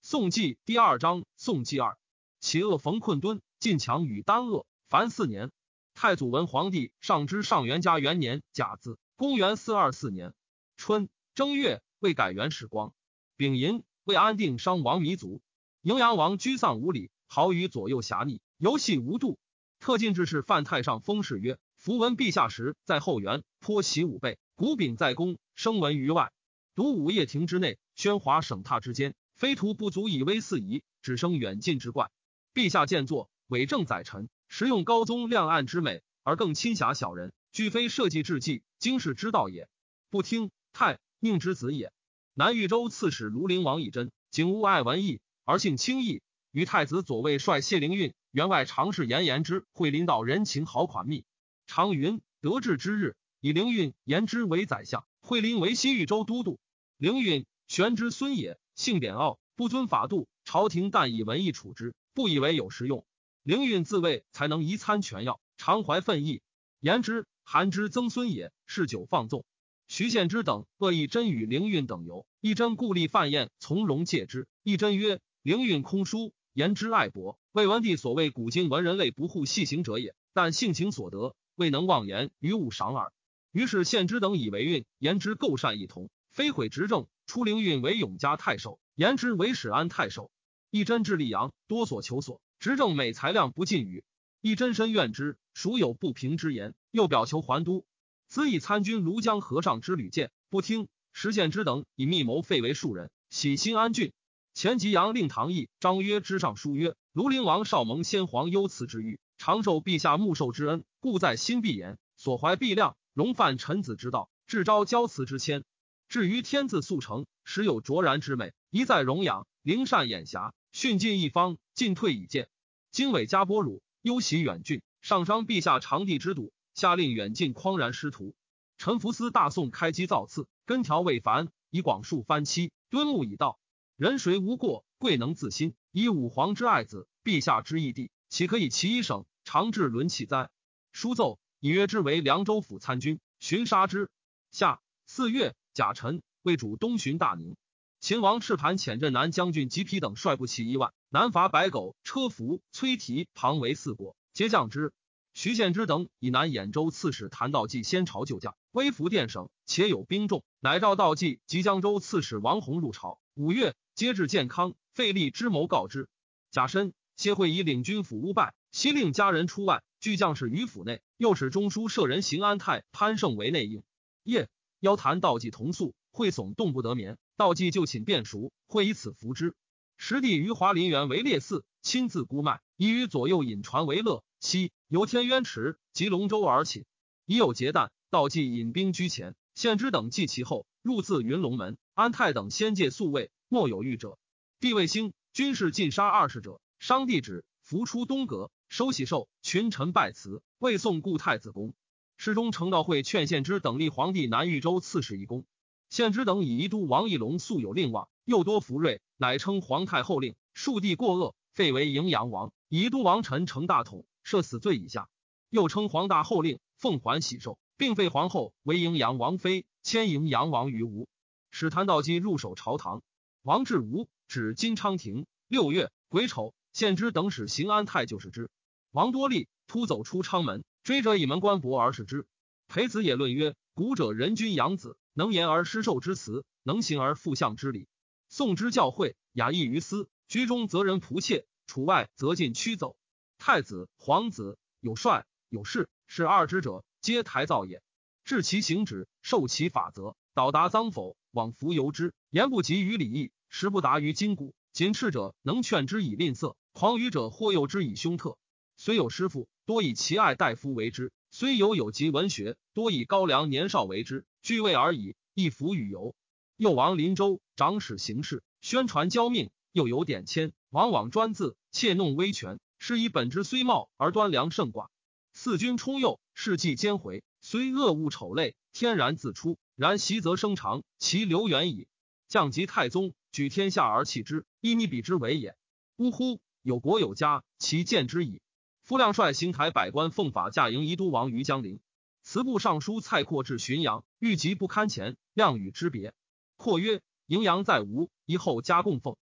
宋纪第2章。宋纪2，其恶冯困敦，晋强与丹鄂，凡4年。太祖文皇帝上之上元嘉元年甲子，公元424年春正月，未改元始光。丙寅，为安定伤亡弥族。荥阳王居丧无礼，豪于左右侠逆，游戏无度。特进之士范太上封事曰：符闻陛下时，在后园颇习武备，鼓柄在宫，声闻于外。独午夜庭之内，喧哗省榻之间，非徒不足以威四夷，只生远近之怪。陛下见作，伪正宰臣，实用高宗亮暗之美，而更亲侠小人，俱非社稷治计，经世之道也。不听，太宁之子也。南豫州刺史庐陵王以真，景务爱文艺，而性轻易，与太子左卫帅谢灵运员外常侍言之，会临道人情好款密。常云得志之日，以灵运言之为宰相，会临为西豫州都督。灵运玄之孙也，性贬傲，不遵法度，朝廷但以文艺处之，不以为有实用。灵运自谓才能宜参权要，常怀愤意。言之韩之曾孙也，嗜酒放纵。徐献之等恶意真与灵运等游，一真故立范宴，从容戒之。一真曰：灵运空疏，言之爱博，魏文帝所谓古今文人类不护细行者也，但性情所得，未能妄言于物赏耳。于是献之等以为运言之构善一同，非毁执政，出灵运为永嘉太守，言之为始安太守。一真至溧阳，多所求所，执政美才量不尽语。一真深怨之，孰有不平之言，又表求还都。子以参军庐江河上之吕荐，不听。石献之等以密谋废为庶人，喜新安郡。前吉阳令唐毅、张约之上书曰：庐陵王少蒙先皇优赐之誉，常受陛下穆受之恩，故在心必言，所怀必量，容犯臣子之道，至昭交辞之谦。至于天字速成，时有卓然之美，一在容养，灵善眼狭，训尽一方，进退以见。经纬加波辱，忧袭远郡，上伤陛下长地之堵，下令远近匡然师徒。陈福斯大宋开基造次，根条未繁，以广树藩期，敦睦以道。人谁无过，贵能自新。以武皇之爱子，陛下之义弟，岂可以其一省，长治伦弃哉？书奏，以约之为凉州府参军，寻杀之。夏4月，甲辰，为主东巡大宁。秦王赤盘遣镇南将军吉丕等率部骑1万，南伐白狗、车服、崔提、庞为4国，皆降之。徐献之等以南兖州刺史谭道济先朝救将，威服殿省，且有兵众，乃召道济及江州刺史王弘入朝。5月，皆至健康，费力之谋告之。甲申，谢会以领军府屋败，悉令家人出外，聚将士于府内，又使中书舍人邢安泰、潘胜为内应。夜，邀谈道济同宿，会耸动不得眠，道济就寝便熟，会以此服之。时帝于华林园为烈士，亲自估脉，以与左右引传为乐。夕，由天渊池及龙舟而寝，已有结旦，道济引兵居前，献之等继其后，入自云龙门。安泰等先界宿卫，莫有遇者。帝未兴，军士尽杀20者，商帝旨，扶出东阁，收喜寿，群臣拜辞，未送故太子宫。侍中程道会劝献之等立皇帝南豫州刺史一功。献之等以宜都王义隆素有令望，又多福瑞，乃称皇太后令，庶帝过恶，废为荥阳王，宜都王臣成大统，赦死罪以下。又称皇大后令，奉还喜寿，并废皇后为荥阳王妃，迁荥阳王于吴。使谭道济入守朝堂。王至吴，指金昌亭。6月，癸丑，献之等使邢安泰就视之。王多利突走出昌门，追者以门关博而视之。裴子也论曰：古者人君养子，能言而失寿之辞，能行而复相之礼。宋之教诲，雅异于斯，居中则人仆妾，处外则尽驱走。太子、皇子有帅有势，是二之者，皆台造也。治其行止，受其法则，导达赃否，往弗由之。言不及于礼义，时不达于筋骨。谨斥者能劝之以吝啬，狂语者或诱之以凶特。虽有师傅，多以其爱大夫为之；虽有及文学，多以高粱年少为之。具位而已，亦服与游。又王林州长史行事，宣传骄命，又有典签，往往专自，窃弄威权，是以本之虽茂而端良甚寡。四君冲幼，事迹兼回，虽恶恶丑类，天然自出，然习则生长，其流远矣。降及太宗，举天下而弃之，亦逆比之为也。呜呼！有国有家，其见之矣。夫亮率行台百官奉法驾迎宜都王于江陵。辞部尚书蔡括至浔阳，遇疾不堪前，亮与之别。括曰：荥阳在吴，一后加供奉，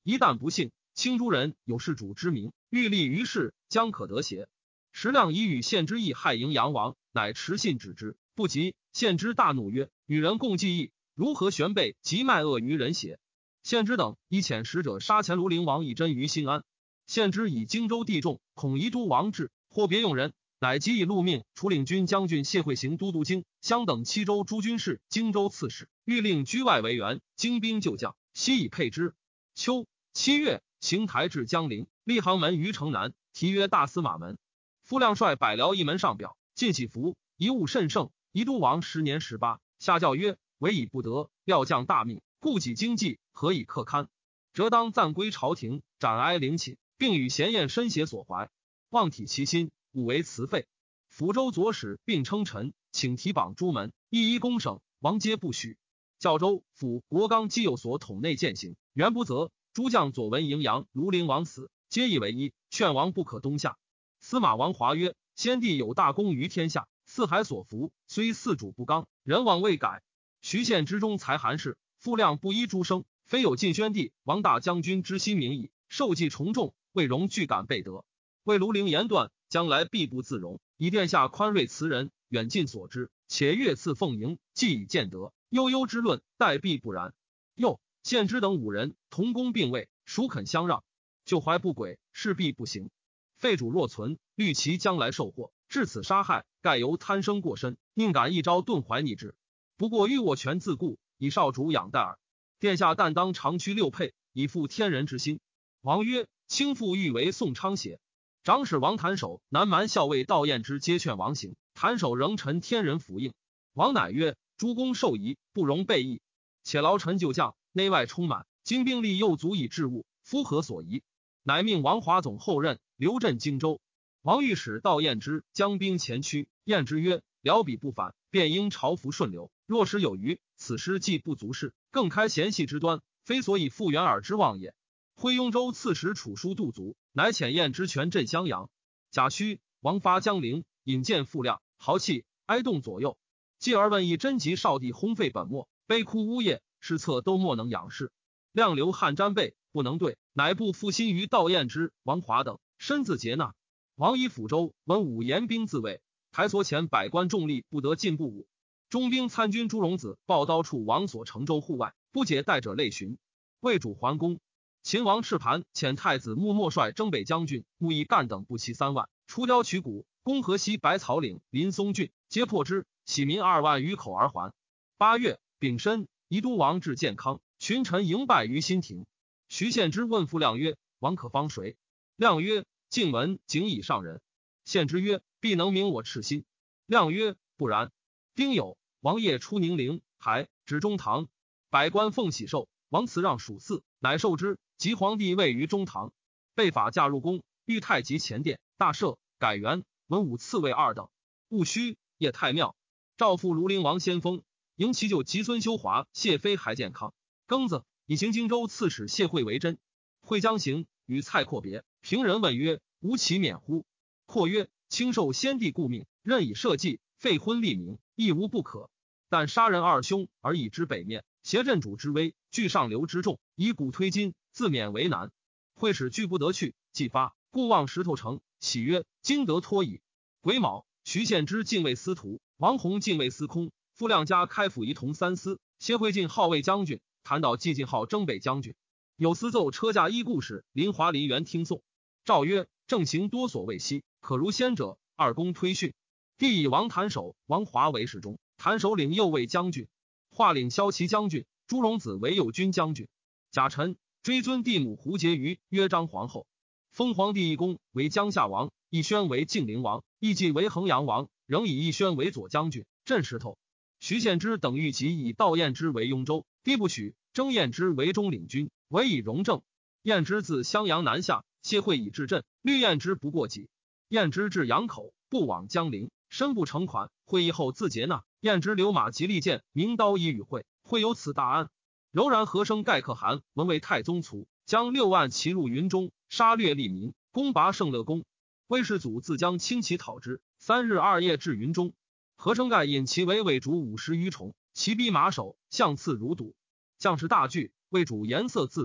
一旦不幸，青诸人有事主之名，欲立于世，将可得邪？时亮以与献之意害迎阳王，乃持信止之，不及。献之大怒曰：与人共计议，如何悬背及卖恶于人邪？献之等以遣使者杀前庐陵王以真于新安。献之以荆州地重，恐夷都王至，或别用人，乃即以禄命楚领军将军谢惠行都督京襄等7州诸军事、荆州刺史，欲令居外为援，精兵就将，悉以配之。秋7月，行台至江陵，立杭门于城南，题曰大司马门。傅亮率百僚一门上表，进喜服，一物甚盛。夷都王10年18，下诏曰：委以不得，料将大命，顾己经济，何以克堪？则当暂归朝廷，斩哀陵寝，并与咸宴深邪所怀，望体其心，勿为辞废。抚州左使并称臣，请提榜诸门，一一公省，王皆不许。教州府国纲既有所统内践行，原不责。诸将左闻荥阳庐陵王死，皆以为一，劝王不可东下。司马王华曰：先帝有大功于天下，四海所服，虽四主不刚，人往未改。徐县之中才韩氏，傅亮不依诸生，非有晋宣帝、王大将军之心明矣。受祭重重，未容俱感备得。为庐陵言断，将来必不自容。以殿下宽睿慈人，远近所知，且越次奉迎，既以见得。悠悠之论，待必不然。又献之等5人同功并位，孰肯相让？就怀不轨，势必不行。废主若存，虑其将来受祸，至此杀害，盖由贪生过深，宁敢一朝顿怀逆之。不过欲我权自固，以少主养待耳。殿下但当长驱6沛，以复天人之心。王曰：卿父欲为宋昌邪？长史王谭守、南蛮校尉道彦之皆劝王行，谭守仍陈天人服应。王乃曰：诸公受仪，不容悖议。且劳臣旧将，内外充满，今兵力又足以治物，夫何所疑？乃命王华总后任，留镇荆州。王御史道彦之将兵前驱，彦之曰：辽比不反，便应朝服顺流。若时有余，此师既不足事，更开嫌隙之端，非所以复原耳之望也。徽雍州刺史楚书杜卒，乃遣彦之权镇襄阳。贾诩、王发江陵，引荐傅亮，豪气哀动左右。继而问以真及少帝轰废本末，悲哭呜咽，失策都莫能仰视。亮流汗沾背，不能对，乃不负心于道彦之、王华等，身自节纳。王以抚州文武严兵自卫，台所前百官重力不得进步武。中兵参军朱荣子抱刀处王所成州户外，不解带者类寻。魏主桓公。秦王赤盘遣太子穆莫率征北将军穆义干等步骑3万，出雕取谷，攻河西百草岭、临松郡，皆破之，徙民2万余口而还。8月，丙申，夷都王至建康，群臣迎拜于新亭。徐献之问傅亮曰：王可方谁？亮曰：晋文景以上人。献之曰：必能明我赤心。亮曰：不然。丁酉，王业出宁陵，还指中堂，百官奉喜寿，王辞让属嗣，乃受之。及皇帝位于中堂，被法驾入宫，御太极前殿，大赦，改元，文武次位2等。戊戌，夜太庙，诏复庐陵王先锋，迎其舅及孙修华、谢妃还健康。庚子，以行荆州刺史谢惠为真。惠将行，与蔡阔别，平人问曰：无其免乎？阔曰：卿受先帝故命，任以社稷，废婚立名，亦无不可。但杀人2兄而以之北面，挟镇主之威，据上流之众，以古推今，自免为难。会使拒不得去，既发，故望石头城，喜曰：今得脱矣。癸卯，徐献之禁卫司徒，王弘禁卫司空，傅亮家开府仪同3司，谢惠进号卫将军，谭导季进号征北将军。有司奏车驾衣故事，林华梨园听讼。诏曰：正行多所未悉，可如先者，2公推训。帝以王谭守、王华为侍中，谭守领右卫将军，华领骁骑将军，朱荣子为右军将军。贾臣追尊帝母胡婕妤曰张皇后，封皇帝义公为江夏王，义宣为晋陵王，义季为衡阳王，仍以义宣为左将军，镇石头。徐献之等欲及以道彦之为雍州，帝不许，征彦之为中领军，委以荣政。彦之自襄阳南下，谢惠以至镇，虑彦之不过己。彦之至阳口，不往江陵，身不成款，会议后自节纳。彦之留马及利剑，明刀以与会，会有此大安。柔然和生盖可汗闻为太宗卒，将6万骑入云中，杀掠利民，攻拔圣乐宫。威世祖自将轻骑讨之，3日2夜至云中。和生盖引其为尾逐50余重，骑逼马首，相次如堵。将士大惧，魏主颜色自若，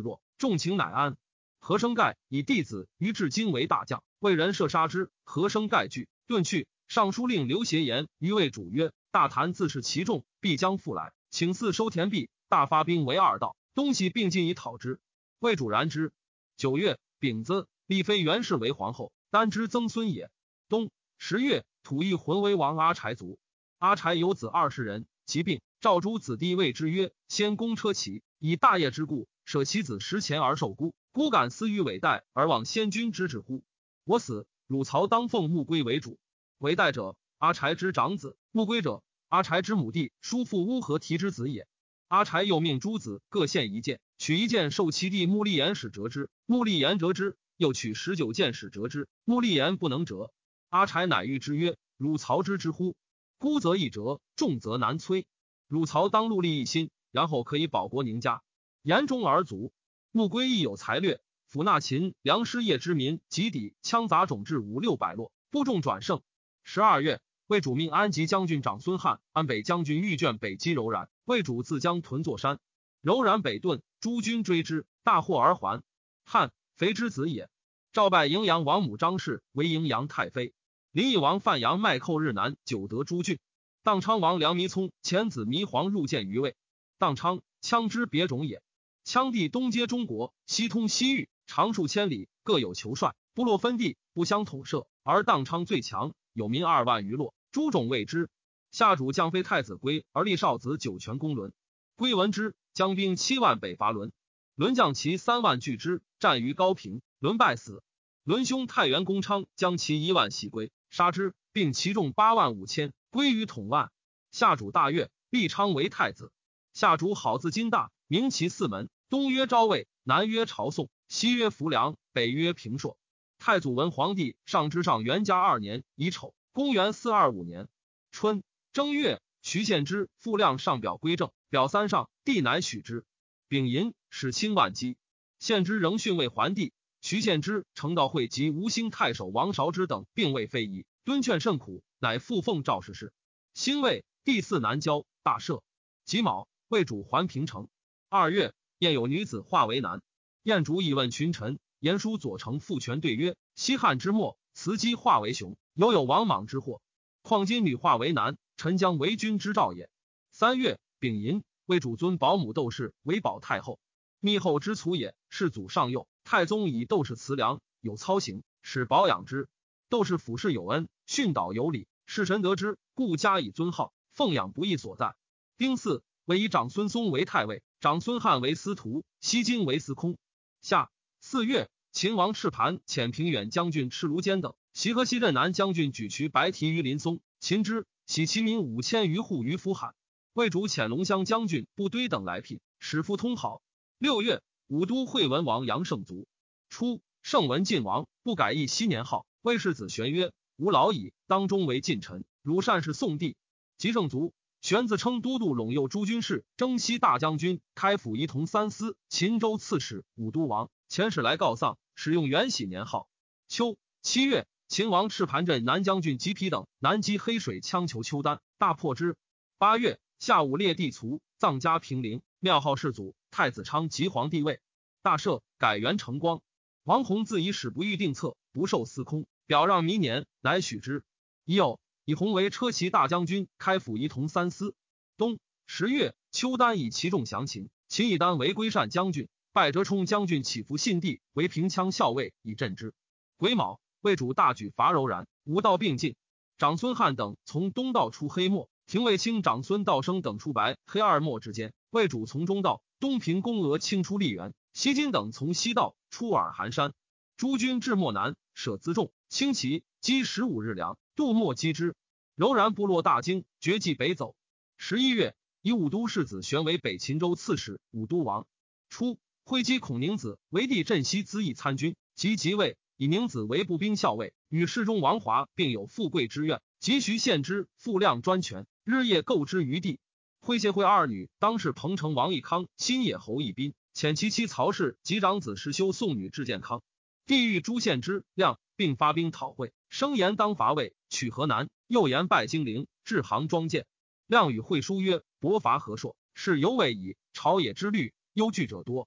重情乃安。何生盖以弟子于至京为大将，为人射杀之。何生盖惧，遁去。尚书令刘协言于魏主曰：大谭自是其众，必将复来，请赐收田币，大发兵为二道，东西并进以讨之。魏主然之。9月，丙子，立妃袁氏为皇后，丹之曾孙也。冬10月，吐义浑为王阿柴卒。阿柴有子20人，其病，赵诸子弟谓之曰：先公车骑，以大业之故，舍其子食前而受孤，孤敢思于伟代而望先君之治乎？我死，汝曹当奉穆归为主。伟代者，阿柴之长子；穆归者，阿柴之母弟叔父乌合提之子也。阿柴又命诸子各献一剑，取一剑受其弟穆立言使折之，穆立言折之，又取19剑使折之，穆立言不能折。阿柴乃谕之曰：汝曹之乎？孤则易折，重则难摧。汝曹当戮力一心，然后可以保国宁家。言中而足。穆归亦有才略，抚纳秦梁师业之民，及抵羌杂种至500-600落，部众转胜。12月，魏主命安吉将军长孙翰、安北将军御卷北击柔然，魏主自将屯坐山。柔然北遁，诸军追之，大获而还。翰，肥之子也。赵拜荥阳王母张氏为荥阳太妃。临邑王范阳麦寇日南，久得诸郡。荡昌王梁弥聪遣子弥黄入见于魏。荡昌，羌之别种也。羌地东接中国，西通西域，长数千里，各有酋帅，部落分地，不相统摄，而荡昌最强，有民2万余落，诸种谓之。夏主降废太子归，而立少子9泉公伦。归闻之，将兵7万北伐伦。伦将其3万拒之，战于高平，伦败死。伦兄太原公昌将其1万袭归，杀之，并其众8万5千，归于统万。夏主大悦，立昌为太子。夏主好自金大，名其4门，东曰昭魏，南曰朝宋，西曰浮梁，北曰平朔。太祖文皇帝上之上元嘉2年乙丑，公元425年春正月，徐献之复亮上表归政，表3上，帝乃许之。丙寅，使清万机。献之仍训位桓帝。徐献之、成道会及吴兴太守王韶之等并未非议，敦劝甚苦，乃复奉赵氏氏。辛未，第4南郊，大赦。己卯，魏主还平城。2月，燕有女子化为男。燕主以问群臣，言书左丞傅权对曰：西汉之末，雌姬化为雄，有王莽之祸。况今女化为男，臣将为君之兆也。3月，丙寅，魏主尊保姆窦氏为保太后。密后之卒也，世祖上幼，太宗以窦氏慈良，有操行，使保养之。窦氏俯视有恩，训导有礼，世神得之，故加以尊号，奉养不义所在。丁巳，魏以长孙嵩为太尉，长孙翰为司徒，西京为司空。夏4月，秦王赤盘遣平远将军赤卢坚等，袭河西镇南将军举渠白提于林松，秦之，徙其民5000余户于夫罕。魏主遣龙骧将军部堆等来聘，使复通好。6月，武都惠文王杨胜卒。初，圣文晋王，不改易熙年号，魏世子玄曰：吾老矣，当中为近臣，汝善是宋帝。及胜卒，玄自称都督陇右诸军事，征西大将军，开府仪同3司，秦州刺史，武都王。遣使来告丧，使用元禧年号。秋7月，秦王赤盘镇南将军吉皮等南击黑水，羌求丘丹，大破之。8月，夏武烈帝卒，葬家平陵，庙号世祖。太子昌即皇帝位，大赦，改元成光。王弘自以使不预定策，不受司空，表让弥年，乃许之。已有以弘为车骑大将军，开府仪同3司。冬10月，丘丹以其众降秦，秦以丹为归善将军，拜折冲将军起伏信帝为平羌校尉，以镇之。癸卯，魏主大举伐柔然，吴道并进。长孙翰等从东道出黑漠，廷尉卿长孙道生等出白黑2漠之间，魏主从中道东平攻俄，清出溧源。西金等从西道出尔寒山。诸军至漠南，舍辎重，轻骑，积15日粮，渡漠击之。柔然部落大惊，决计北走。11月，以武都世子玄为北秦州刺史，武都王。初，会稽孔宁子为帝镇西资议参军，即位，以宁子为步兵校尉，与侍中王华并有富贵之愿，急徐献之复亮专权，日夜购之于地。会协会2女当是彭城王义康、新野侯义斌，遣其妻曹氏及长子石修送女至建康。帝欲诛献之，亮并发兵讨会，声言当伐魏，取河南，又言败金陵，至杭庄见。亮与会书曰：伯伐何硕，是犹未矣，朝野之虑，忧惧者多。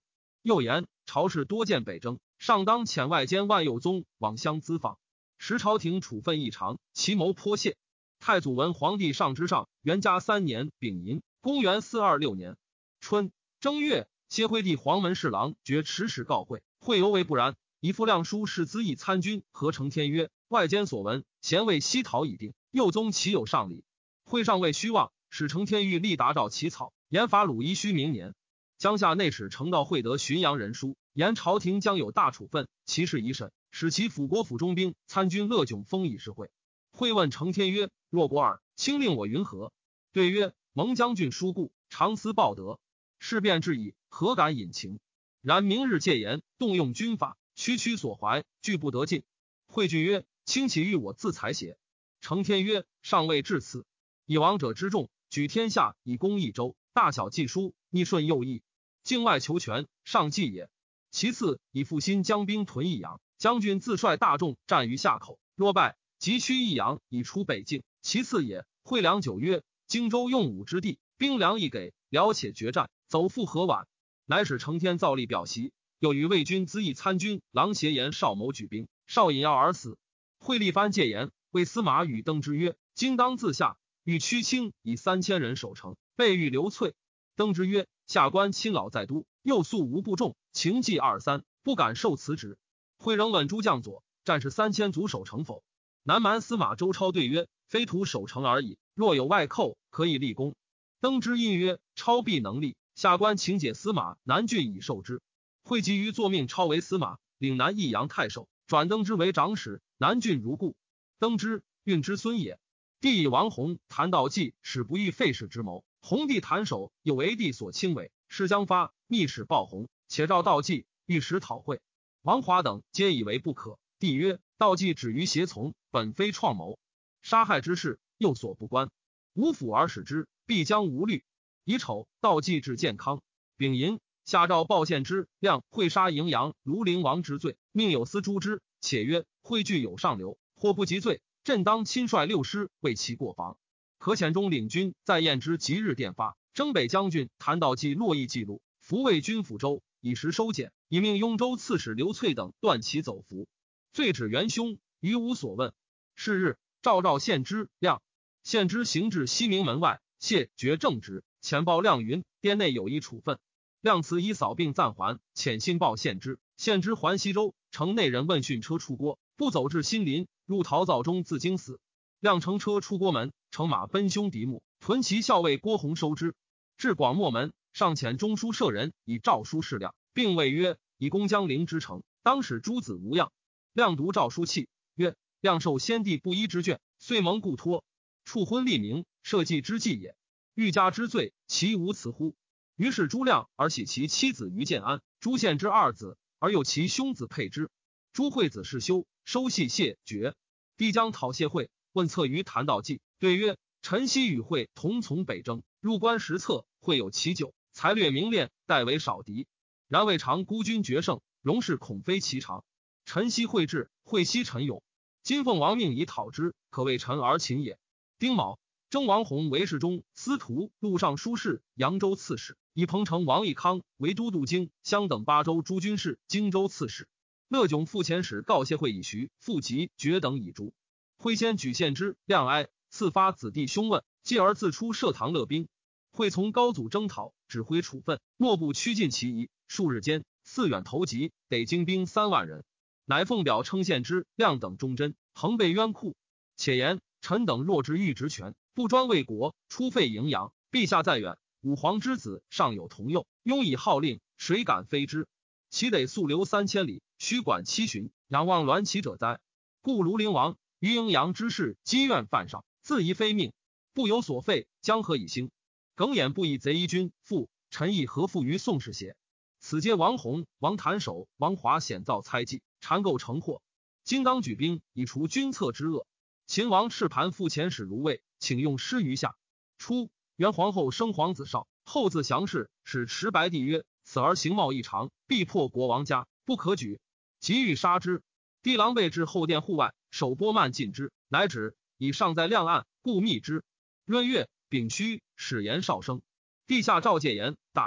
又言朝士多见北征，上当遣外监万佑宗往乡咨访，时朝廷处分异常，其谋颇泄。太祖文皇帝上之上元嘉3年丙寅，公元426年春正月，谢徽帝黄门侍郎觉持使告会，会犹为不然，以复亮书示资议参军何承天曰：外监所闻，贤位西逃已定，佑宗岂有上礼？会上未虚妄，使承天欲立达诏起草，言法鲁宜须明年。江夏内史承道会得浔阳人书，言朝廷将有大处分，其事已审，使其辅国府中兵参军乐迥封以示会。会问承天曰：若国尔，卿令我云何？对曰：蒙将军疏顾，常思报德，事变至矣，何敢隐情？然明日戒严，动用军法，区区所怀，拒不得进。会惧曰：卿岂欲我自裁邪？承天曰：尚未至此，以王者之众，举天下以攻益州，大小计书，逆顺右翼，境外求全，上计也。其次，以复兴将兵屯益阳，将军自率大众战于夏口，若败，即驱益阳以出北境。其次也。会良久曰：荆州用武之地，兵粮易给，了且决战，走复何晚？乃使承天造立表席，又与魏军资议参军郎协言少谋举兵，少引药而死。会立番戒严，谓司马与登之曰：今当自下，欲屈清以3000人守城，备欲留瘁。登之曰：下官亲老在都，又素无部众，情计2-3，不敢受此旨。会仍问诸将佐：战士3000足守城否？南蛮司马周超对曰：非徒守城而已，若有外寇，可以立功。登之应曰：超必能立，下官请解司马南郡以受之。会急于作命超为司马，领南益阳太守，转登之为长史，南郡如故。登之，运之孙也。帝以王弘、谭道济使不欲废事之谋，弘帝谭守又为帝所轻委，是将发，密使报弘，且召道济，欲使讨会。王华等皆以为不可。帝曰：道济止于胁从，本非创谋，杀害之事又所不关，无辅而使之，必将无虑。乙丑，道济至健康。丙寅，下诏报献之亮会杀荥阳庐陵王之罪，命有司诛之，且曰：会具有上流，或不及罪，朕当亲率6师为其过防。可遣中领军在燕之即日电发，征北将军谭道济络绎记录，伏魏军抚州，以时收减，以命雍州刺史刘粹等断其走伏。罪指元凶，于无所问。是日，诏献之亮，献之行至西明门外，谢绝正直，遣报亮云：殿内有一处分。亮辞以扫病暂还，遣信报献之。献之还西州，城内人问训车出郭，不走至新林，入陶灶中自惊死。亮乘车出郭门，乘马奔凶敌墓，屯骑校尉郭弘收之。至广漠门，上遣中书舍人以诏书示亮，并谓曰：以攻江陵之城，当使诸子无恙。亮读诏书泣，曰：亮受先帝不依之眷，遂蒙故托，处昏立明，社稷之计也。欲加之罪，其无辞乎？于是诛亮而喜其妻子于建安，诛献之2子，而又其兄子配之。诛惠子世修，收系谢绝。帝将讨谢会，问策于谭道济，对曰：臣昔与会同从北征，入关实策，会有其久，才略明练，代为少敌。然未尝孤军决胜，荣事恐非其常。臣昔会智，会悉臣勇，今奉王命以讨之，可谓臣而擒也。丁卯，征王弘为侍中、司徒、录尚书事、扬州刺史，以彭城王义康为都督京、襄等8州诸军事、荆州刺史。乐迥副遣使告谢会以徐、傅吉、决等以诛。会先举献之亮哀，赐发子弟凶问，继而自出设堂乐兵。会从高祖征讨，指挥处分，莫不趋近其宜。数日间，四远投集，得精兵3万人。乃奉表称献之亮等忠贞，恒被冤酷。且言臣等若知欲职权，不专为国，出废荥阳，陛下在远，武皇之子尚有同幼，庸以号令，谁敢非之？其得速流3000里，须管7旬，仰望鸾旗者哉？故庐陵王于荥阳之事积怨犯上，自疑非命，不有所废，将何以兴？耿弇不以贼夷君父，臣亦何负于宋氏邪？此皆王弘、王谭守、王华险造猜忌，缠构成祸。今当举兵以除君侧之恶。秦王赤盘复遣使如魏，请用师于下。初，元皇后生皇子少，后自降氏，使持白帝曰：此儿形貌异常，必破国王家，不可举。即欲杀之。帝郎备至后殿户外，手拨慢禁之，乃止，以上在亮案，故密之。闰月，丙戌，始言少生。帝下诏戒严，大赦，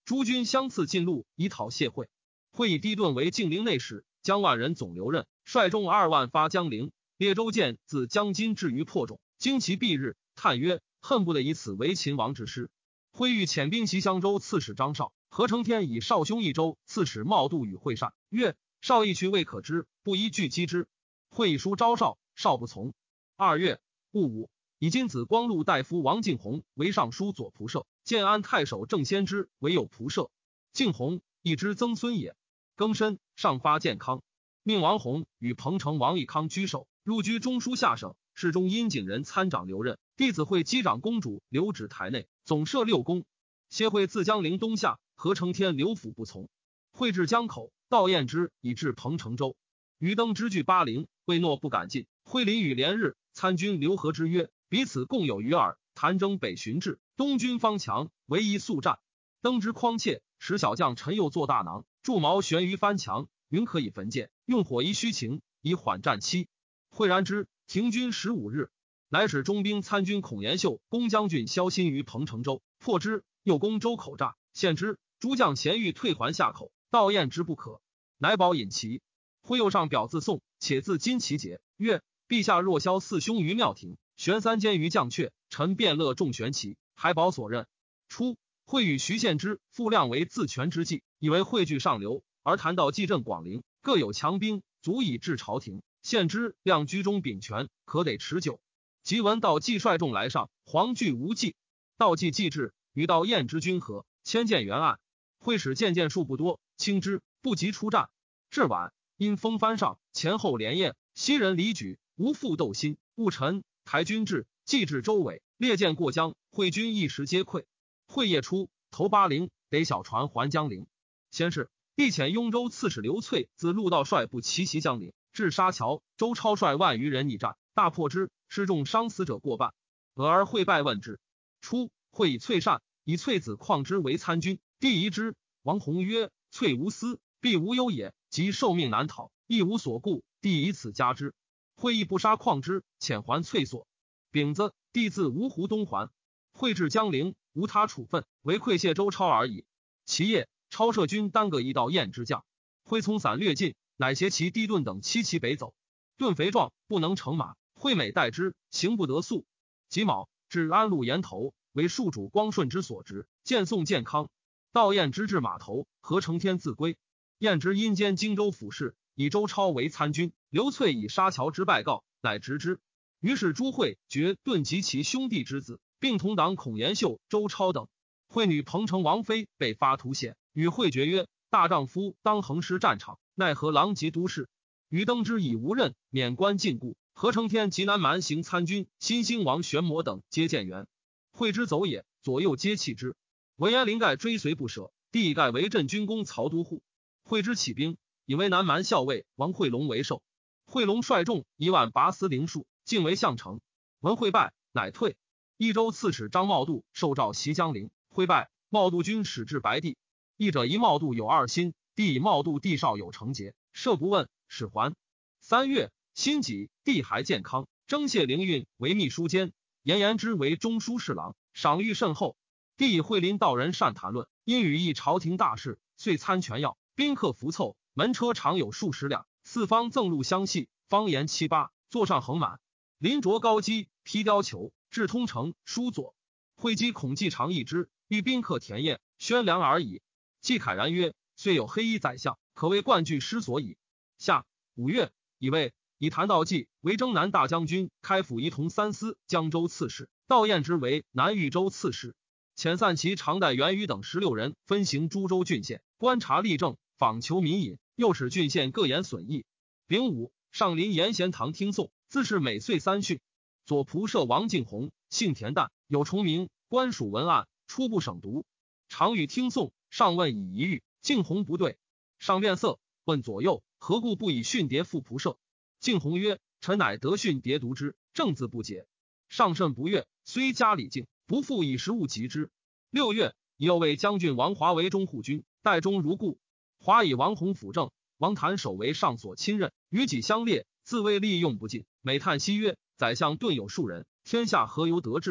诸军相次进路，以讨谢惠。会以低顿为晋陵内史，将万人总留任，率众2万发江陵。列州见自江津至于破冢，经其蔽日，叹曰：恨不得以此为秦王之师。会欲遣兵袭襄州刺史张绍，何承天以少兄益州刺史茂度与会善，曰：绍义去未可知，不宜拒击之。会以书招绍，绍不从。2月戊午，以金子光禄大夫王敬弘为尚书左仆射，建安太守郑先知为右仆射。敬弘一之曾孙也。庚申，上发建康，命王弘与彭城王义康居守，入居中书下省，侍中殷景仁参掌留任。弟子会击长公主留止台内，总设6宫。谢会自江陵东下，何承天留府不从。会至江口，道彦之以至彭城州。余登之据巴陵，未诺不敢进。会临与连日，参军刘和之曰：彼此共有余耳。谭征北巡至，东军方强，唯一速战。登之匡切，使小将陈佑作大囊，筑矛悬于藩墙，云可以焚箭，用火以虚情，以缓战期。会然之，停军15日。乃使中兵参军孔延秀攻将军萧新于彭城州，破之，又攻州口栅，陷之。诸将咸欲退还下口，道彦之不可，乃保引齐。会右上表自宋，且自今其节，曰：陛下若萧四兄于庙庭，悬3监于将阙，臣便乐重悬旗，还保所任。初，会与徐献之、傅亮为自权之计，以为汇聚上流，而谈到蓟镇广陵，各有强兵，足以治朝廷。献之、亮居中秉权，可得持久。即闻道济率众来上，黄惧无计。道济既至，与道彦之军合，牵舰沿岸。会使箭数不多，轻之，不及出战。至晚，因风帆上，前后连夜，西人离举，无复斗心。戊辰，台军至，既至州尾，列舰过江，会军一时皆溃。会夜出，投巴陵，得小船还江陵。先是，必遣雍州刺史刘粹自陆道率部奇袭江陵，至沙桥，周超率万余人逆战，大破之，失众伤死者过半。俄而会败问之。初，会以粹善，以粹子况之为参军，帝疑之。王弘曰：粹无私，必无忧也，即受命难讨，亦无所顾，帝以此加之。会亦不杀况之，遣还粹所。丙子，帝自芜湖东还。会至江陵，无他处分，唯馈谢周超而已。其夜，超射军单个一道燕之将，会从散略尽，乃携其低顿等7骑北走。顿肥壮，不能乘马，会每待之，行不得速。己卯，至安陆岩头，为庶主光顺之所执，见宋健康。道彦之至码头，何承天自归。彦之因兼荆州府事，以周超为参军，刘粹以沙桥之败告，乃执之。于是朱会决顿及其兄弟之子，并同党孔延秀、周超等。会女彭城王妃被发图显，与会决曰：大丈夫当横尸战场，奈何狼藉都市？余登之以无任，免官禁锢。何承天及南蛮行参军新兴王玄谟等皆见援。会之走也，左右皆弃之。文言林盖追随不舍，帝盖为镇军公曹都护。会之起兵，以为南蛮校尉王惠龙为首。惠龙率众1万拔司陵戍，进为项城。闻会败，乃退。益州刺史张茂度受诏袭江陵，会败，茂度军使至白帝。义者疑茂度有2心，帝以茂度弟少有成节，赦不问，使还。3月，辛己，帝还健康，征谢灵运为秘书监，严之为中书侍郎，赏誉甚厚。帝以惠临道人善谈论，因与议朝廷大事，遂参权要，宾客浮凑，门车常有数十辆，四方赠路相系，方言7、8，座上横满。临着高机，披貂裘，至通城，书左。会稽孔季常议之，欲宾客田宴，宣粮而已。季慨然曰：虽有黑衣宰相，可谓冠具失所矣。下5月，以谭道济为征南大将军，开府仪同3司江州刺史，道彦之为南豫州刺史。遣散其常代元宇等16人，分行诸州郡县，观察吏政，访求民隐，又使郡县各言损益。丙午，上临延贤堂听讼，自是每岁3训。左仆射王敬弘，姓田旦，有重名，官属文案，初部省读。常与听讼，上问以疑狱，敬弘不对。上变色，问左右，何故不以训牒副仆射？敬弘曰：臣乃得训牒读之，正字不解。上甚不悦，虽加礼敬，不复以实物及之。6月，又为将军王华为中护军，代中如故。华以王弘辅政，王谭守为上所亲任，与己相列，自谓利用不尽。每叹息曰：宰相顿有数人，天下何由得志？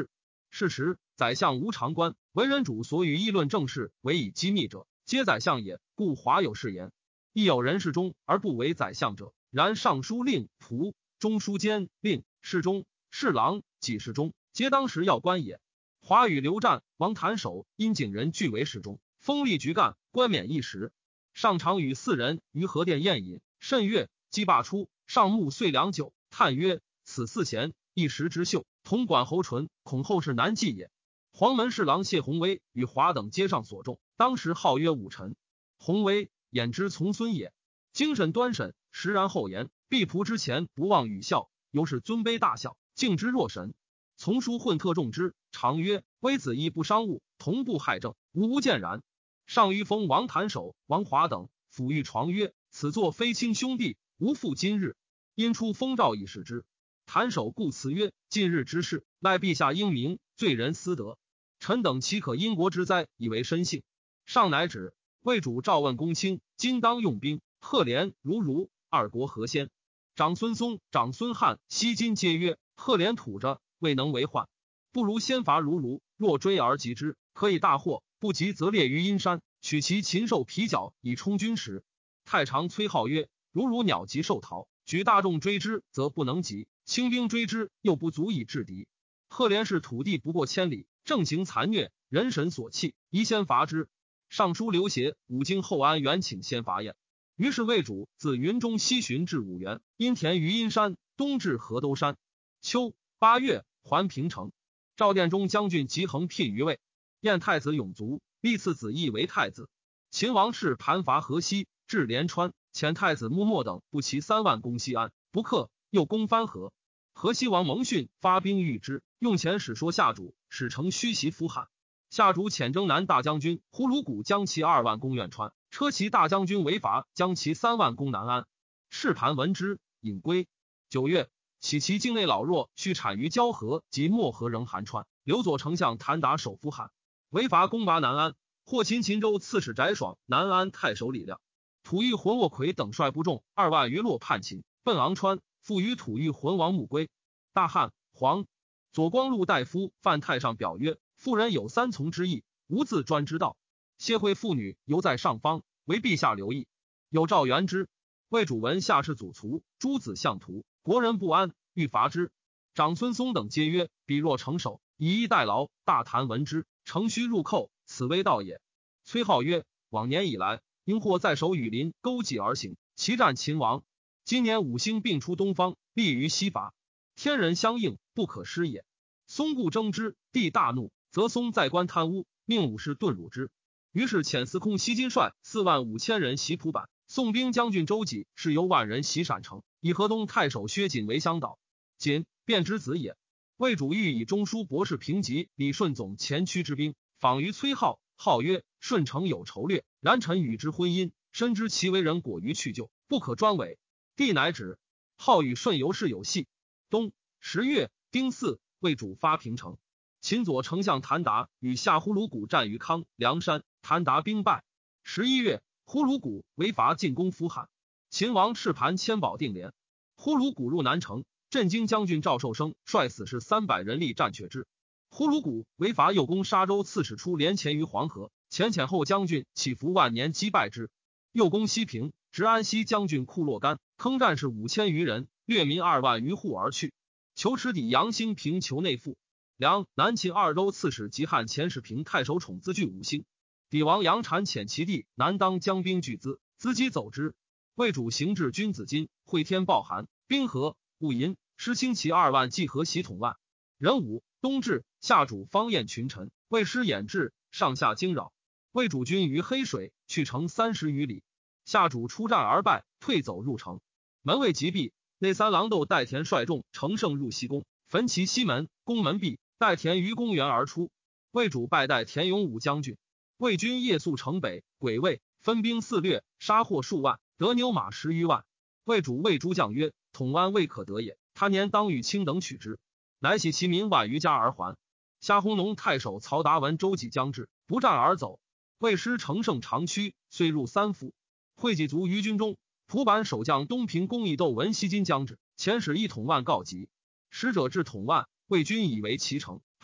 是时，宰相无常官，为人主所与议论政事，为以机密者，皆宰相也。故华有是言：亦有人事中而不为宰相者，然尚书令仆、中书监令、侍中、侍郎、给事中，皆当时要官也。华与刘湛、王谭守因景人俱为侍中，封立局干，官免一时。上常与4人于河殿宴饮，甚悦。姬罢出，上目遂良久，叹曰：此4贤，一时之秀，统管侯淳，恐后世难继也。黄门侍郎谢弘威与华等皆上所重，当时号曰武臣。弘威，衍之从孙也，精神端审，实然厚颜，必仆之前不忘语笑，尤是尊卑大小，敬之若神。从书混特重之，常曰：微子亦不伤物，同不害政，无见然。上谕封王谭守、王华等，抚谕床曰：此作非亲兄弟，无复今日。因出封诏以示之。谭守故辞曰：近日之事，赖陛下英明，罪人私德，臣等岂可因国之灾以为深幸？上乃止。魏主召问公卿，今当用兵。赫连、如二国何先？长孙松、长孙翰西今皆曰：赫连土着，未能为患，不如先伐如。若追而击之，可以大获；不及则列于阴山，取其禽兽皮角以充军时。太常崔浩曰：如鸟疾兽逃，举大众追之，则不能及；轻兵追之，又不足以制敌。赫连是土地不过千里，正行残虐，人神所弃，宜先伐之。尚书刘协、武京后安原请先伐燕。于是魏主自云中西巡至五原，阴田于阴山，东至河兜山。秋8月，还平城。赵殿中将军吉恒聘于魏。燕太子永卒，立次子义为太子。秦王室盘伐河西，至连川，遣太子穆默等不齐3万攻西安，不克，又攻番河。河西王蒙逊发兵御之，用遣使说下主，使城虚袭夫汉。下主遣征南大将军呼卢谷将其2万攻苑川，车骑大将军为伐将其3万攻南安。士盘闻之，引归。9月，起其境内老弱须产于交河及漠河仍韩川。刘左丞相谭达守夫汉，为伐攻拔南安。获秦州刺史翟爽、南安太守李亮、吐谷浑沃奎等率部众2万余落叛秦，奔昂川，复与吐谷浑王穆归。大汉、黄、左光禄大夫范太上表曰：妇人有3从之意，无自专之道。谢惠妇女犹在上方，为陛下留意。有诏元之。魏主闻夏氏祖卒，诸子相屠，国人不安，欲伐之。长孙松等皆曰：彼若成守，以逸待劳。大谈闻之，乘虚入寇，此危道也。崔浩曰：往年以来，因或在守羽林，勾稽而行，其战秦王。今年5星并出东方，立于西伐，天人相应，不可失也。松故争之，帝大怒，则松在官贪污，命武士遁辱之。于是遣司空西金率4万5千人袭蒲坂，宋兵将军周济是由万人袭陕城，以河东太守薛瑾为向导。瑾，卞之子也。魏主欲以中书博士平级李顺总前驱之兵，访于崔浩，号曰：顺城有筹略，然臣与之婚姻，深知其为人果于去就，不可专委。帝乃止。浩与顺游氏有隙。冬10月，丁巳，魏主发平城。秦左丞相谭达与下呼卢谷战于康、梁山，谭达兵败。11月，呼卢谷为伐进攻夫汉，秦王赤盘迁保定连。呼卢谷入南城，镇京将军赵寿生率死士300人力战却之。呼卢谷为伐右攻沙州刺史出连前于黄河，前后将军起伏万年击败之。右攻西平，执安西将军库洛干，坑战士5000余人，掠民2万余户而去。求池底杨兴平求内附。梁、南秦2州刺史及汉前史平太守宠资据5星。底王杨禅遣其弟南当将兵拒资，资击走之。魏主行至君子津，会天暴寒，冰河戊寅，师轻骑2万济河袭统万。壬午，冬至，下主方宴群臣，魏师掩至，上下惊扰。魏主军于黑水，去城30余里。下主出战而败，退走入城。门卫急闭，内3郎窦代田率众乘胜入西宫，焚其西门，宫门闭。代田于公园而出，魏主拜代田勇武将军。魏军夜宿城北，鬼卫分兵肆掠，杀获数万，得牛马10余万。魏主谓诸将曰：统湾未可得也，他年当与卿等取之。乃徙其民万余家而还。夏弘农太守曹达闻周济将至，不战而走。魏师乘胜长驱，遂入3府，会济卒于军中。蒲坂守将东平公义窦闻西金将至，遣使一统万告急。使者至统万，魏军以为其城，还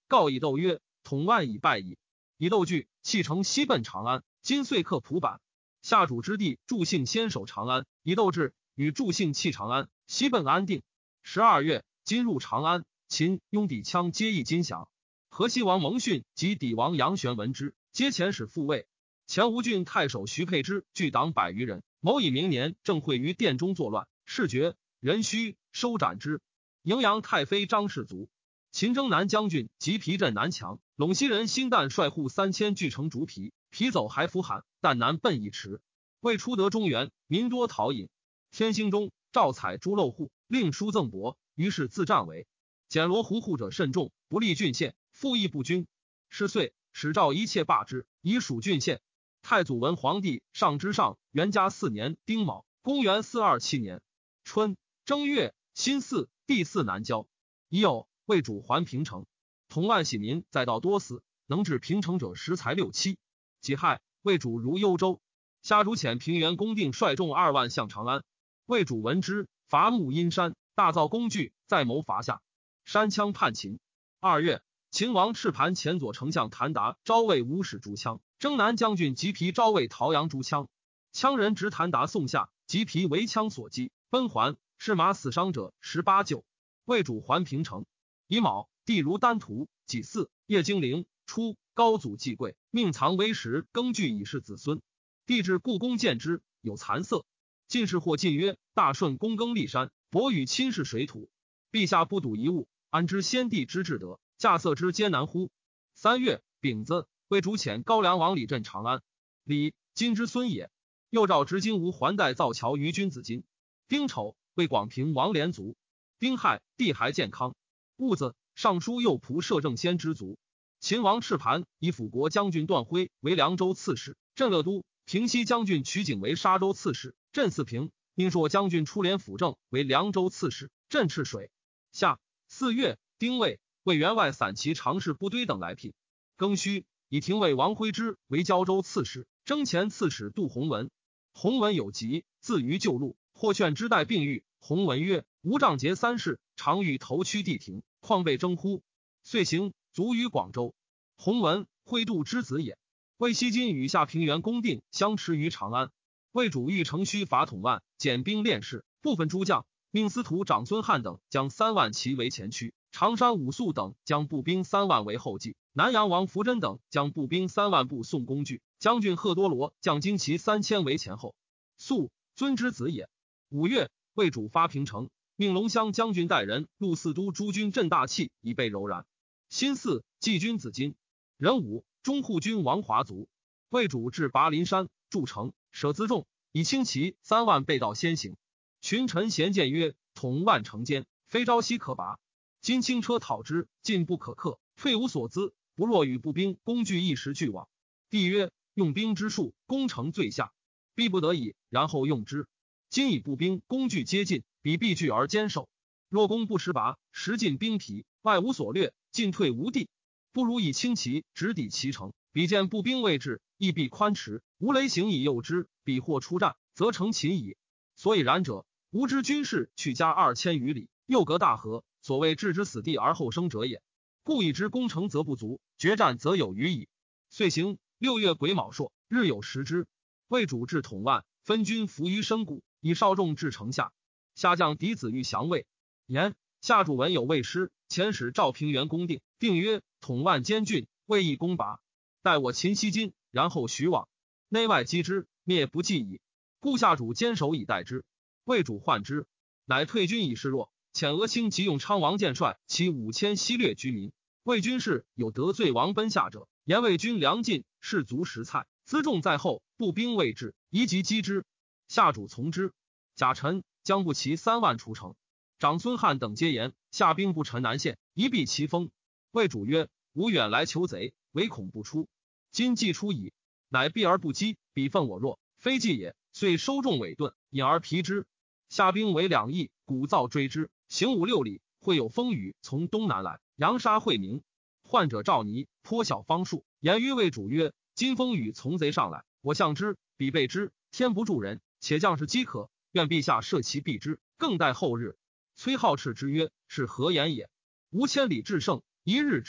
告以窦曰：统万已败矣。以窦惧，弃城西奔长安。今遂克蒲坂。下主之地，祝幸先守长安。以窦至，与祝幸弃长安，西奔安定。12月，今入长安，秦、雍底羌皆议金降。河西王蒙逊及底王杨玄闻之，皆遣使复魏。前吴郡太守徐佩之聚党100余人，谋以明年正会于殿中作乱，事决，人须收斩之。荥阳太妃张氏卒。秦征南将军及皮镇南强，陇西人辛旦率户3000聚城逐皮，皮走还扶罕，但南奔已迟。未出得中原，民多逃隐。天兴中，赵采诛漏户，令书赠伯，于是自战为。简罗胡户者甚众，不立郡县，复议不均。是岁，使赵一切罢之，以属郡县。太祖文皇帝上之上元嘉4年丁卯，公元427年春正月辛巳，第4南郊。已有魏主还平城，同万喜民载道多死，能治平城者实才6、7。己亥，魏主如幽州。夏主遣平原公定率众2万向长安。魏主闻之，伐木阴山，大造工具，再谋伐下。山羌叛秦。2月，秦王赤盘前左丞相谭达招魏武使逐羌，征南将军吉皮招魏陶阳逐羌。羌人执谭达送下，吉皮为羌所击，奔还，是马死伤者18救。魏主还平城。乙卯，帝如丹徒，己巳，夜精灵。初，高祖祭贵，命藏微石耕具以示子孙。帝至故宫见之，有残色。进士或进曰：大顺躬耕历山，博与亲视水土。陛下不睹一物，安知先帝之至德，驾色之艰难乎？3月，丙子，魏主遣高梁王李镇长安。李，今之孙也。又诏执金吾还代造桥于君子金。丁丑，魏广平王连卒。丁亥，帝还健康。戊子，尚书右仆射正先之卒。秦王赤盘以辅国将军段辉为凉州刺史，镇乐都；平西将军曲景为沙州刺史，镇四平；宁朔将军出连辅政为凉州刺史，镇赤水。夏4月，丁未，为员外散骑常侍部堆等来聘。庚戌，以廷尉王徽之为胶州刺史，征前刺史杜弘文。弘文有疾，自于旧路，或劝之待病愈。弘文曰：吾仗节3事，常欲投屈地庭，况被征乎？遂行，卒于广州。弘文，徽度之子也。魏西金与下平原公定相持于长安。魏主欲乘虚伐统万，减兵练士，部分诸将，命司徒长孙翰等将3万骑为前驱，常山武肃等将步兵3万为后继，南阳王福真等将步兵3万部送工具，将军贺多罗将精骑3000为前后。肃，尊之子也。5月，魏主发平城，命龙骧将军带人入四都诸军镇大器，以备柔然。辛巳，季君子金。壬午，中护军王华卒。魏主至拔林山，筑城，舍辎重，以轻骑3万备道先行。群臣咸见曰：统万城坚，非朝夕可拔。今轻车讨之，进不可克，退无所资，不若与步兵工具一时俱往。帝曰：用兵之术，攻城最下，必不得已，然后用之。今以步兵工具皆尽，彼必拒而坚守。若攻不时拔，时尽兵疲，外无所掠，进退无地，不如以轻骑直抵其城。彼见步兵未至，亦必宽驰，无雷行以诱之，彼或出战，则成擒矣。所以然者，吾知军事去加2000余里，又隔大河，所谓置之死地而后生者也。故以之攻城则不足，决战则有余矣。遂行。6月癸卯朔，日有食之。魏主至统万，分军伏于深谷，以少众至城下。下将嫡子欲降魏，言下主闻有魏师，遣使召平原公定，定曰：统万坚峻，魏易攻拔，待我擒西金，然后徐往，内外击之，灭不计矣。故下主坚守以待之。魏主患之，乃退军以示弱，遣俄卿即用昌王建帅其5000西掠居民。魏军士有得罪王奔下者，言魏军粮尽，士卒食菜，辎重在后，步兵未至，宜即击之。下主从之。甲辰，将不齐3万出城。长孙翰等皆言下兵不陈南县，一避其锋。魏主曰：吾远来求贼，唯恐不出。今既出矣，乃避而不击，彼奋我弱，非计也。遂收众尾盾，引而疲之。下兵为2翼，鼓噪追之，行5、6里，会有风雨从东南来，扬沙晦明。患者赵尼颇晓方术，言于魏主曰：今风雨从贼上来，我向之，彼备之，天不助人，且将士饥渴，愿陛下赦其避之，更待后日。崔浩斥之曰：是何言也？吾千里至胜，一日之中，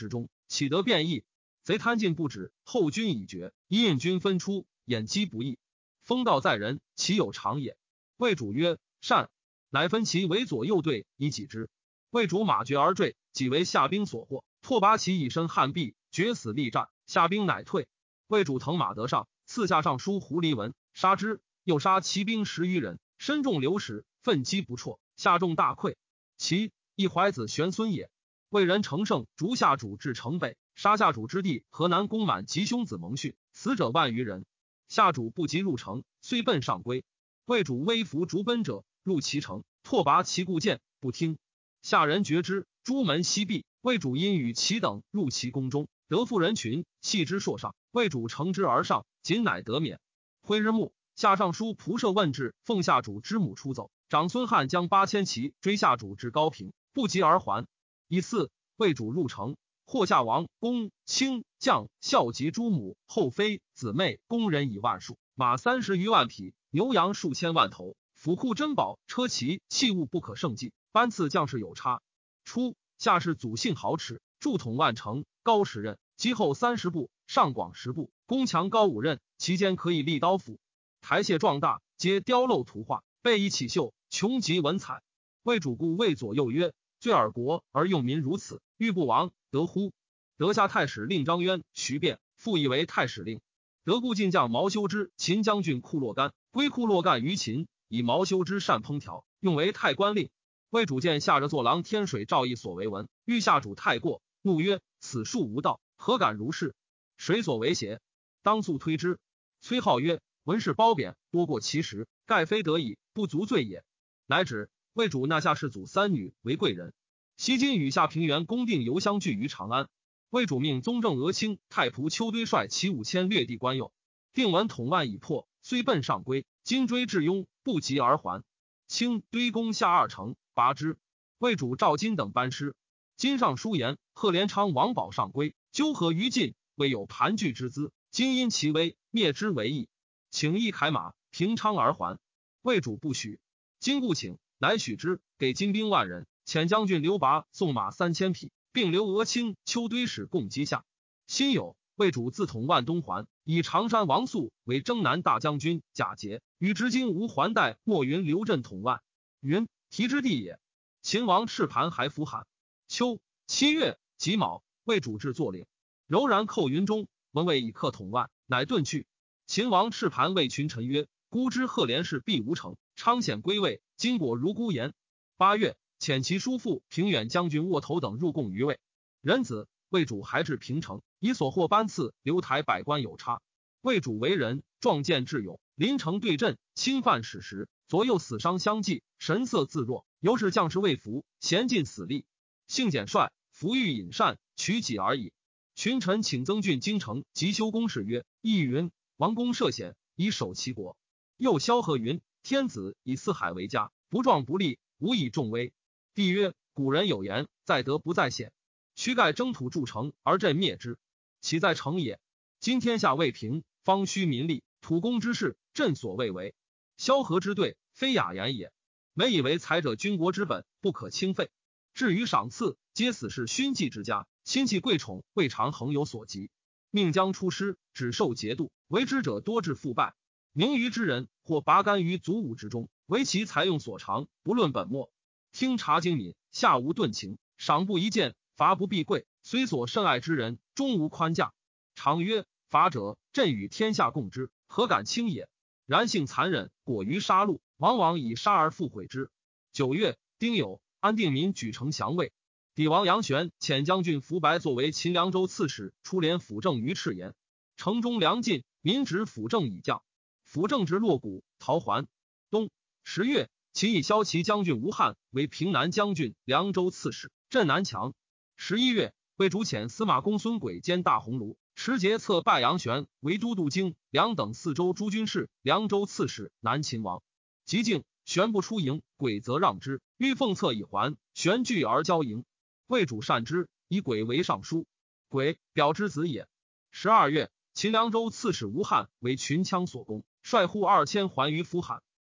岂得变异？贼贪尽不止，后军已决，一引军分出，掩击不义。锋道在人，其有常也？魏主曰：善。乃分其为左右队以己之。魏主马绝而坠，己为下兵所获，拓跋其以身汉壁，决死力战，下兵乃退。魏主腾马得上，赐下尚书胡离文，杀之，又杀骑兵10余人，身中流矢，奋击不辍，下众大溃。其一怀子玄孙也。魏人乘胜逐下主至城北，杀下主之地河南公满及兄子蒙逊，死者万余人。下主不及入城，遂奔上归。魏主微服逐奔者，入其城，拓跋其故剑，不听。下人觉之，朱门西闭。魏主因与其等入其宫中，得妇人群，系之硕上。魏主乘之而上，仅乃得免。徽日暮，下尚书仆射问至，奉下主之母出走。长孙翰将8000骑追下主至高平，不及而还。以4，魏主入城，获下王公卿将校及诸母后妃姊妹宫人以万数，马30余万匹，牛羊数千万头，府库珍宝车骑器物不可胜计，班次将士有差。初，下士祖姓豪齿，筑统万城，高10仞，击厚30步，上广10步，宫墙高5仞，其间可以立刀斧。台榭壮大，皆雕镂图画，备以绮绣，穷极文采。魏主故谓左右曰：罪尔国而用民如此，欲不亡，得乎？得下太史令张渊、徐辩，复以为太史令。得故进将毛修之秦将军库洛干，归库洛干于秦，以毛修之善烹调，用为太官令。魏主见下着作郎天水赵义所为文，欲下主太过，怒曰：此术无道，何敢如是？谁所为邪？当速推之。崔浩曰：文士褒贬，多过其实，盖非得已，不足罪也。乃止。魏主纳下士祖3女为贵人。西今与下平原公定游相聚于长安。魏主命宗正俄卿太仆邱堆率其5000掠地关右。定闻统万已破，虽奔上归，今追至雍，不及而还。卿堆攻下2城，拔之。魏主赵金等班师。今上书言，贺连昌王保上归，纠合于晋，未有盘踞之资。今因其危，灭之为义，请一铠马平昌而还。魏主不许。今故请，乃许之，给金兵10000人，遣将军刘拔送马3000匹，并留俄卿邱堆使共击下。辛酉，魏主自统万东还，以常山王肃为征南大将军，假节与执金吾还代莫云刘镇统万，云提之地也。秦王赤盘还服罕。秋7月己卯，魏主至坐领，柔然寇云中，闻魏以克统万，乃遁去。秦王赤盘谓群臣曰：孤知贺连氏必无成，昌显归魏，今果如孤言。8月，遣其叔父平远将军沃头等入贡于魏。壬子，魏主还至平城，以所获班次留台百官有差。魏主为人壮健智勇，临城对阵，侵犯史实，左右死伤相继，神色自若，尤是将士未服，咸尽死力。性简率，服欲隐善，取己而已。群臣请曾峻京城及修公事曰：亦云王公涉险，以守其国。又萧何云：天子以四海为家，不壮不立，无以重威。帝曰：古人有言，在德不在险。躯盖征土筑城而朕灭之，其在城也？今天下未平，方须民力，土工之事，朕所未为。萧何之对，非雅言也。每以为才者军国之本，不可轻废。至于赏赐，皆死是勋纪之家，亲戚贵宠未尝恒有所及。命将出师，只受节度，为之者多致腐败。名誉之人，或拔干于祖武之中，为其才用所长，不论本末。听察精敏，下无顿情，赏不一见，罚不避贵。虽所甚爱之人，终无宽价。常曰：罚者，朕与天下共之，何敢轻也？然性残忍，果于杀戮，往往以杀而复毁之。9月，丁酉，安定民举城降魏。帝王杨玄遣将军福白作为秦凉州刺史，出连辅政于赤岩。城中粮尽，民指辅政以降。辅政之落谷，逃还。冬10月，秦以骁骑将军吴汉为平南将军、凉州刺史，镇南墙。11月，魏主遣司马公孙轨兼大鸿胪，持节策拜杨玄为都督京、凉等4州诸军事、凉州刺史、南秦王。及境，玄不出营，轨则让之，欲奉策以还，玄拒而交营。魏主善之，以轨为尚书。轨表之子也。12月，秦凉州刺史吴汉为群羌所攻，率户2000还于夫罕。